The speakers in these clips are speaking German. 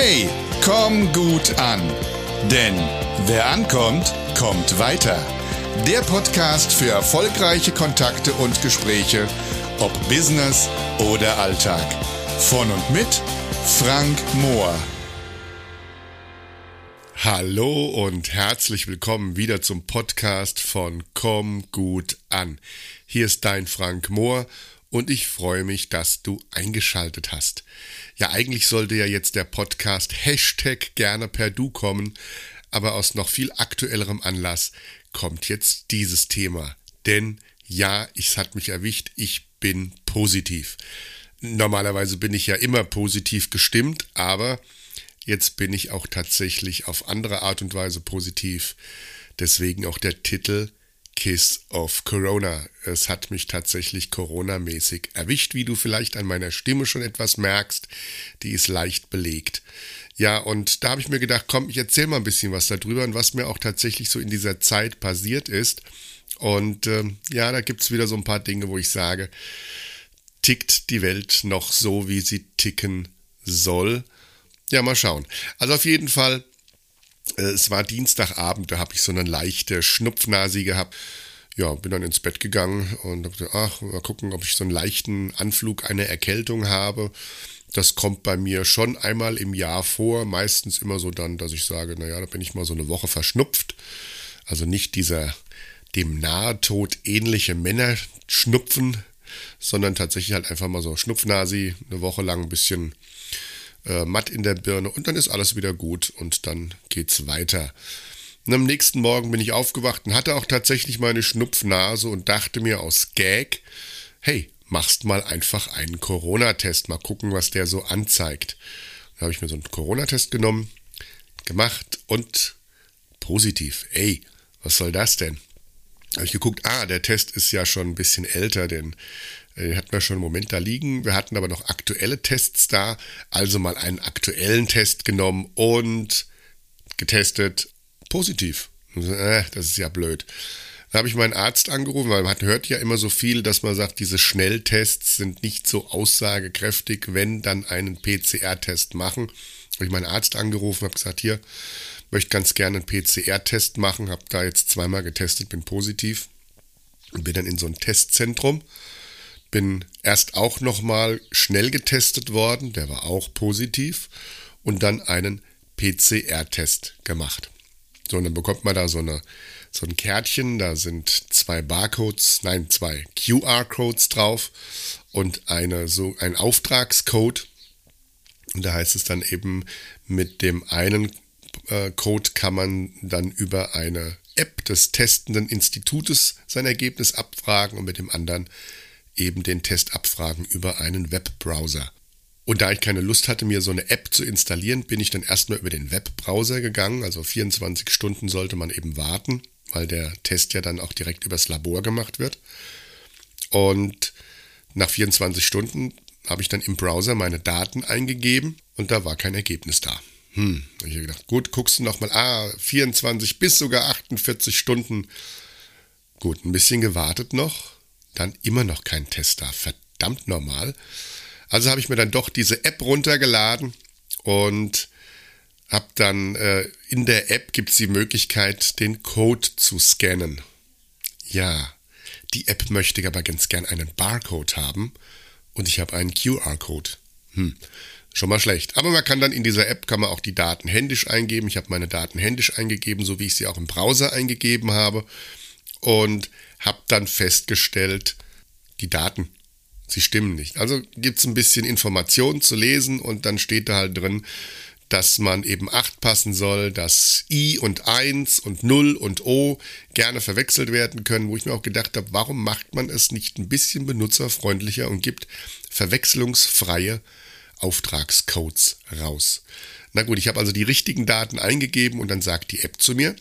Hey, komm gut an. Denn wer ankommt, kommt weiter. Der Podcast für erfolgreiche Kontakte und Gespräche, ob Business oder Alltag. Von und mit Frank Mohr. Hallo und herzlich willkommen wieder zum Podcast von Komm gut an. Hier ist dein Frank Mohr und ich freue mich, dass du eingeschaltet hast. Ja, eigentlich sollte ja jetzt der Podcast #gerne per Du kommen, aber aus noch viel aktuellerem Anlass kommt jetzt dieses Thema. Denn ja, es hat mich erwischt, ich bin positiv. Normalerweise bin ich ja immer positiv gestimmt, aber jetzt bin ich auch tatsächlich auf andere Art und Weise positiv. Deswegen auch der Titel Kiss of Corona. Es hat mich tatsächlich Corona-mäßig erwischt, wie du vielleicht an meiner Stimme schon etwas merkst. Die ist leicht belegt. Ja, und da habe ich mir gedacht, komm, ich erzähle mal ein bisschen was darüber und was mir auch tatsächlich so in dieser Zeit passiert ist. Und ja, da gibt es wieder so ein paar Dinge, wo ich sage, tickt die Welt noch so, wie sie ticken soll? Ja, mal schauen. Also auf jeden Fall, es war Dienstagabend, da habe ich so eine leichte Schnupfnase gehabt. Ja, bin dann ins Bett gegangen und dachte, mal gucken, ob ich so einen leichten Anflug einer Erkältung habe. Das kommt bei mir schon einmal im Jahr vor, meistens immer so dann, dass ich sage, naja, da bin ich mal so eine Woche verschnupft. Also nicht dieser dem Nahtod ähnliche Männerschnupfen, sondern tatsächlich halt einfach mal so Schnupfnase, eine Woche lang ein bisschen matt in der Birne und dann ist alles wieder gut und dann geht's weiter. Und am nächsten Morgen bin ich aufgewacht und hatte auch tatsächlich meine Schnupfnase und dachte mir aus Gag, hey, machst mal einfach einen Corona-Test, mal gucken, was der so anzeigt. Dann habe ich mir so einen Corona-Test genommen, gemacht und positiv. Ey, was soll das denn? Habe ich geguckt, der Test ist ja schon ein bisschen älter, den hatten wir schon einen Moment da liegen. Wir hatten aber noch aktuelle Tests da, also mal einen aktuellen Test genommen und getestet, positiv. Das ist ja blöd. Dann habe ich meinen Arzt angerufen, weil man hört ja immer so viel, dass man sagt, diese Schnelltests sind nicht so aussagekräftig, wenn dann einen PCR-Test machen. Habe ich meinen Arzt angerufen, habe gesagt, hier, möchte ganz gerne einen PCR-Test machen, habe da jetzt zweimal getestet, bin positiv und bin dann in so ein Testzentrum. Bin erst auch nochmal schnell getestet worden, der war auch positiv und dann einen PCR-Test gemacht. So, und dann bekommt man da so ein Kärtchen, da sind zwei QR-Codes drauf und ein Auftragscode. Und da heißt es dann eben, mit dem einen Code kann man dann über eine App des testenden Institutes sein Ergebnis abfragen und mit dem anderen eben den Test abfragen über einen Webbrowser. Und da ich keine Lust hatte, mir so eine App zu installieren, bin ich dann erstmal über den Webbrowser gegangen. Also 24 Stunden sollte man eben warten, weil der Test ja dann auch direkt übers Labor gemacht wird. Und nach 24 Stunden habe ich dann im Browser meine Daten eingegeben und da war kein Ergebnis da. Ich habe gedacht, gut, guckst du nochmal, 24 bis sogar 48 Stunden. Gut, ein bisschen gewartet noch. Dann immer noch kein Test da. Verdammt normal. Also habe ich mir dann doch diese App runtergeladen und habe dann in der App gibt es die Möglichkeit, den Code zu scannen. Ja, die App möchte aber ganz gern einen Barcode haben und ich habe einen QR-Code. Schon mal schlecht. Aber man kann dann in dieser App auch die Daten händisch eingeben. Ich habe meine Daten händisch eingegeben, so wie ich sie auch im Browser eingegeben habe. Und habe dann festgestellt, die Daten, sie stimmen nicht. Also gibt es ein bisschen Informationen zu lesen und dann steht da halt drin, dass man eben 8 passen soll, dass I und 1 und 0 und O gerne verwechselt werden können, wo ich mir auch gedacht habe, warum macht man es nicht ein bisschen benutzerfreundlicher und gibt verwechslungsfreie Auftragscodes raus. Na gut, ich habe also die richtigen Daten eingegeben und dann sagt die App zu mir,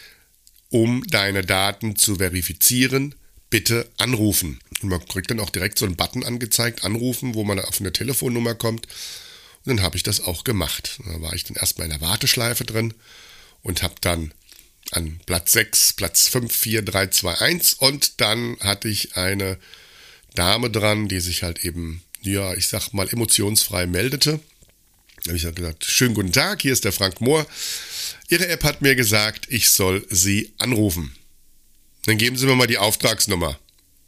um deine Daten zu verifizieren, bitte anrufen. Und man kriegt dann auch direkt so einen Button angezeigt, anrufen, wo man auf eine Telefonnummer kommt. Und dann habe ich das auch gemacht. Da war ich dann erstmal in der Warteschleife drin und habe dann an Platz 6, Platz 5, 4, 3, 2, 1 und dann hatte ich eine Dame dran, die sich halt eben, ja, ich sag mal, emotionsfrei meldete Da habe ich gesagt, schönen guten Tag, hier ist der Frank Mohr. Ihre App hat mir gesagt, ich soll Sie anrufen. Dann geben Sie mir mal die Auftragsnummer.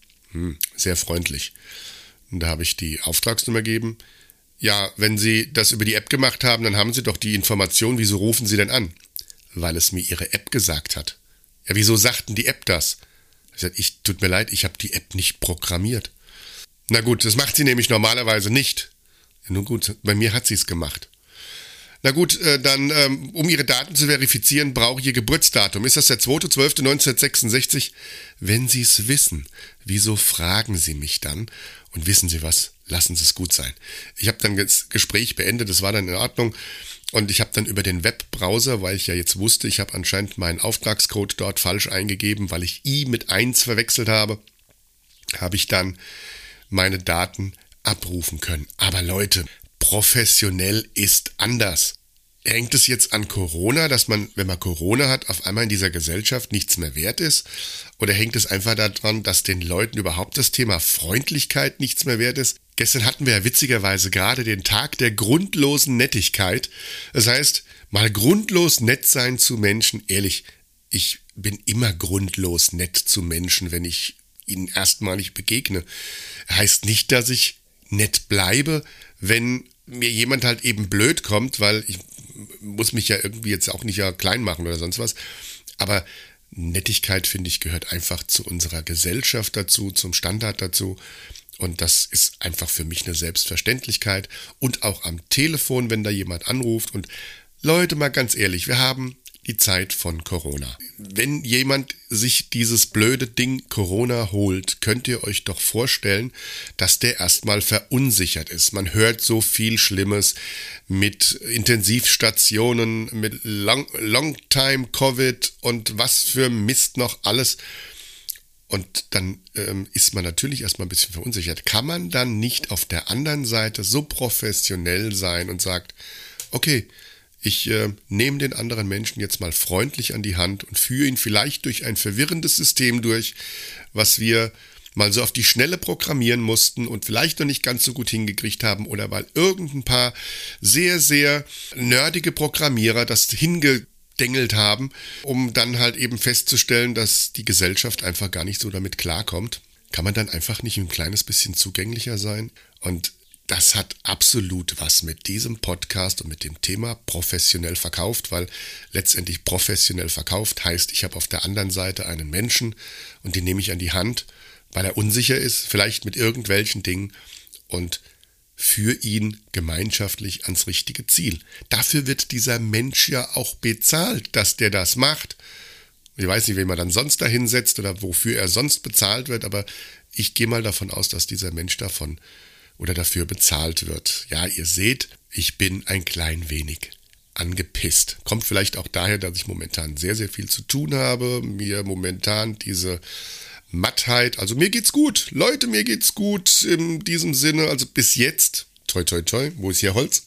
Sehr freundlich. Und da habe ich die Auftragsnummer gegeben. Ja, wenn Sie das über die App gemacht haben, dann haben Sie doch die Information, wieso rufen Sie denn an? Weil es mir Ihre App gesagt hat. Ja, wieso sagten die App das? Ich sagte, tut mir leid, ich habe die App nicht programmiert. Na gut, das macht sie nämlich normalerweise nicht. Ja, nun gut, bei mir hat sie es gemacht. Na gut, dann, um Ihre Daten zu verifizieren, brauche ich Ihr Geburtsdatum. Ist das der 2.12.1966? Wenn Sie es wissen, wieso fragen Sie mich dann? Und wissen Sie was? Lassen Sie es gut sein. Ich habe dann das Gespräch beendet, das war dann in Ordnung. Und ich habe dann über den Webbrowser, weil ich ja jetzt wusste, ich habe anscheinend meinen Auftragscode dort falsch eingegeben, weil ich I mit 1 verwechselt habe, habe ich dann meine Daten abrufen können. Aber Leute, professionell ist anders. Hängt es jetzt an Corona, dass man, wenn man Corona hat, auf einmal in dieser Gesellschaft nichts mehr wert ist? Oder hängt es einfach daran, dass den Leuten überhaupt das Thema Freundlichkeit nichts mehr wert ist? Gestern hatten wir ja witzigerweise gerade den Tag der grundlosen Nettigkeit. Das heißt, mal grundlos nett sein zu Menschen. Ehrlich, ich bin immer grundlos nett zu Menschen, wenn ich ihnen erstmalig begegne. Heißt nicht, dass ich nett bleibe, wenn mir jemand halt eben blöd kommt, weil ich muss mich ja irgendwie jetzt auch nicht ja klein machen oder sonst was. Aber Nettigkeit, finde ich, gehört einfach zu unserer Gesellschaft dazu, zum Standard dazu. Und das ist einfach für mich eine Selbstverständlichkeit. Und auch am Telefon, wenn da jemand anruft. Und Leute, mal ganz ehrlich, wir haben die Zeit von Corona. Wenn jemand sich dieses blöde Ding Corona holt, könnt ihr euch doch vorstellen, dass der erstmal verunsichert ist. Man hört so viel Schlimmes mit Intensivstationen, mit Long-Time-Covid und was für Mist noch alles. Und dann ist man natürlich erstmal ein bisschen verunsichert. Kann man dann nicht auf der anderen Seite so professionell sein und sagt, okay, ich nehme den anderen Menschen jetzt mal freundlich an die Hand und führe ihn vielleicht durch ein verwirrendes System durch, was wir mal so auf die Schnelle programmieren mussten und vielleicht noch nicht ganz so gut hingekriegt haben oder weil irgendein paar sehr, sehr nerdige Programmierer das hingedengelt haben, um dann halt eben festzustellen, dass die Gesellschaft einfach gar nicht so damit klarkommt. Kann man dann einfach nicht ein kleines bisschen zugänglicher sein? Und das hat absolut was mit diesem Podcast und mit dem Thema professionell verkauft, weil letztendlich professionell verkauft heißt, ich habe auf der anderen Seite einen Menschen und den nehme ich an die Hand, weil er unsicher ist, vielleicht mit irgendwelchen Dingen und führe ihn gemeinschaftlich ans richtige Ziel. Dafür wird dieser Mensch ja auch bezahlt, dass der das macht. Ich weiß nicht, wen man dann sonst da hinsetzt oder wofür er sonst bezahlt wird, aber ich gehe mal davon aus, dass dieser Mensch davon oder dafür bezahlt wird. Ja, ihr seht, ich bin ein klein wenig angepisst. Kommt vielleicht auch daher, dass ich momentan sehr, sehr viel zu tun habe. Mir momentan diese Mattheit, also mir geht's gut. Leute, mir geht's gut in diesem Sinne. Also bis jetzt, toi toi toi, wo ist hier Holz?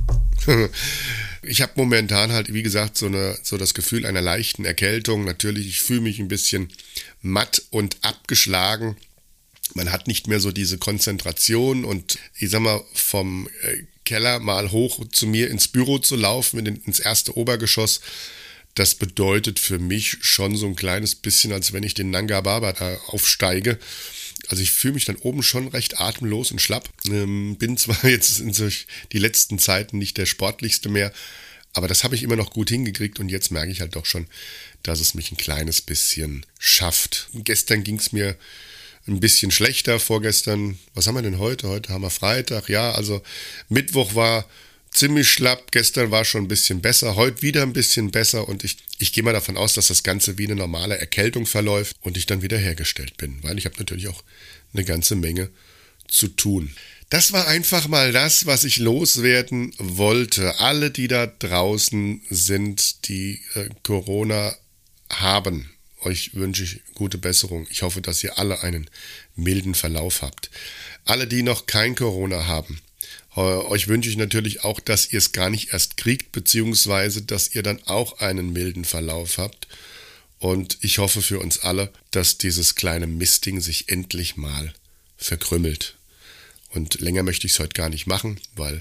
Ich habe momentan halt, wie gesagt, so das Gefühl einer leichten Erkältung. Natürlich, ich fühle mich ein bisschen matt und abgeschlagen. Man hat nicht mehr so diese Konzentration und ich sag mal, vom Keller mal hoch zu mir ins Büro zu laufen, ins erste Obergeschoss, das bedeutet für mich schon so ein kleines bisschen, als wenn ich den Nanga Parbat da aufsteige. Also ich fühle mich dann oben schon recht atemlos und schlapp. Bin zwar jetzt in die letzten Zeiten nicht der Sportlichste mehr, aber das habe ich immer noch gut hingekriegt und jetzt merke ich halt doch schon, dass es mich ein kleines bisschen schafft. Gestern ging es mir ein bisschen schlechter, vorgestern, was haben wir denn heute? Heute haben wir Freitag, ja, also Mittwoch war ziemlich schlapp, gestern war schon ein bisschen besser, heute wieder ein bisschen besser und ich gehe mal davon aus, dass das Ganze wie eine normale Erkältung verläuft und ich dann wieder hergestellt bin, weil ich habe natürlich auch eine ganze Menge zu tun. Das war einfach mal das, was ich loswerden wollte. Alle, die da draußen sind, die Corona haben, euch wünsche ich gute Besserung. Ich hoffe, dass ihr alle einen milden Verlauf habt. Alle, die noch kein Corona haben, euch wünsche ich natürlich auch, dass ihr es gar nicht erst kriegt, beziehungsweise, dass ihr dann auch einen milden Verlauf habt. Und ich hoffe für uns alle, dass dieses kleine Mistding sich endlich mal verkrümmelt. Und länger möchte ich es heute gar nicht machen, weil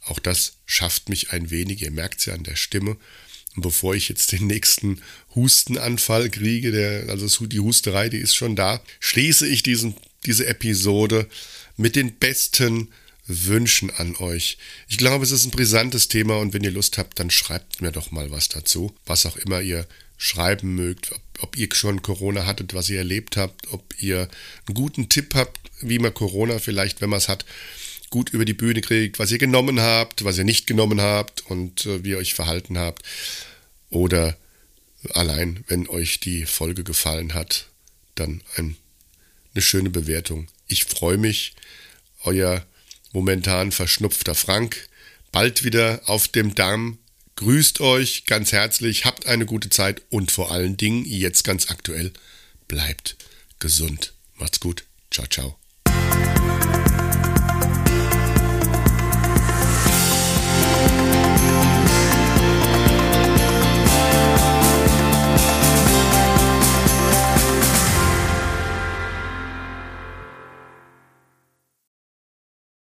Auch das schafft mich ein wenig, ihr merkt es ja an der Stimme. Und bevor ich jetzt den nächsten Hustenanfall kriege, die Husterei, die ist schon da, schließe ich diese Episode mit den besten Wünschen an euch. Ich glaube, es ist ein brisantes Thema und wenn ihr Lust habt, dann schreibt mir doch mal was dazu. Was auch immer ihr schreiben mögt, ob ihr schon Corona hattet, was ihr erlebt habt, ob ihr einen guten Tipp habt, wie man Corona vielleicht, wenn man es hat, gut über die Bühne kriegt, was ihr genommen habt, was ihr nicht genommen habt und wie ihr euch verhalten habt. Oder allein, wenn euch die Folge gefallen hat, dann eine schöne Bewertung. Ich freue mich, euer momentan verschnupfter Frank, bald wieder auf dem Damm. Grüßt euch ganz herzlich, habt eine gute Zeit und vor allen Dingen, jetzt ganz aktuell, bleibt gesund. Macht's gut. Ciao, ciao.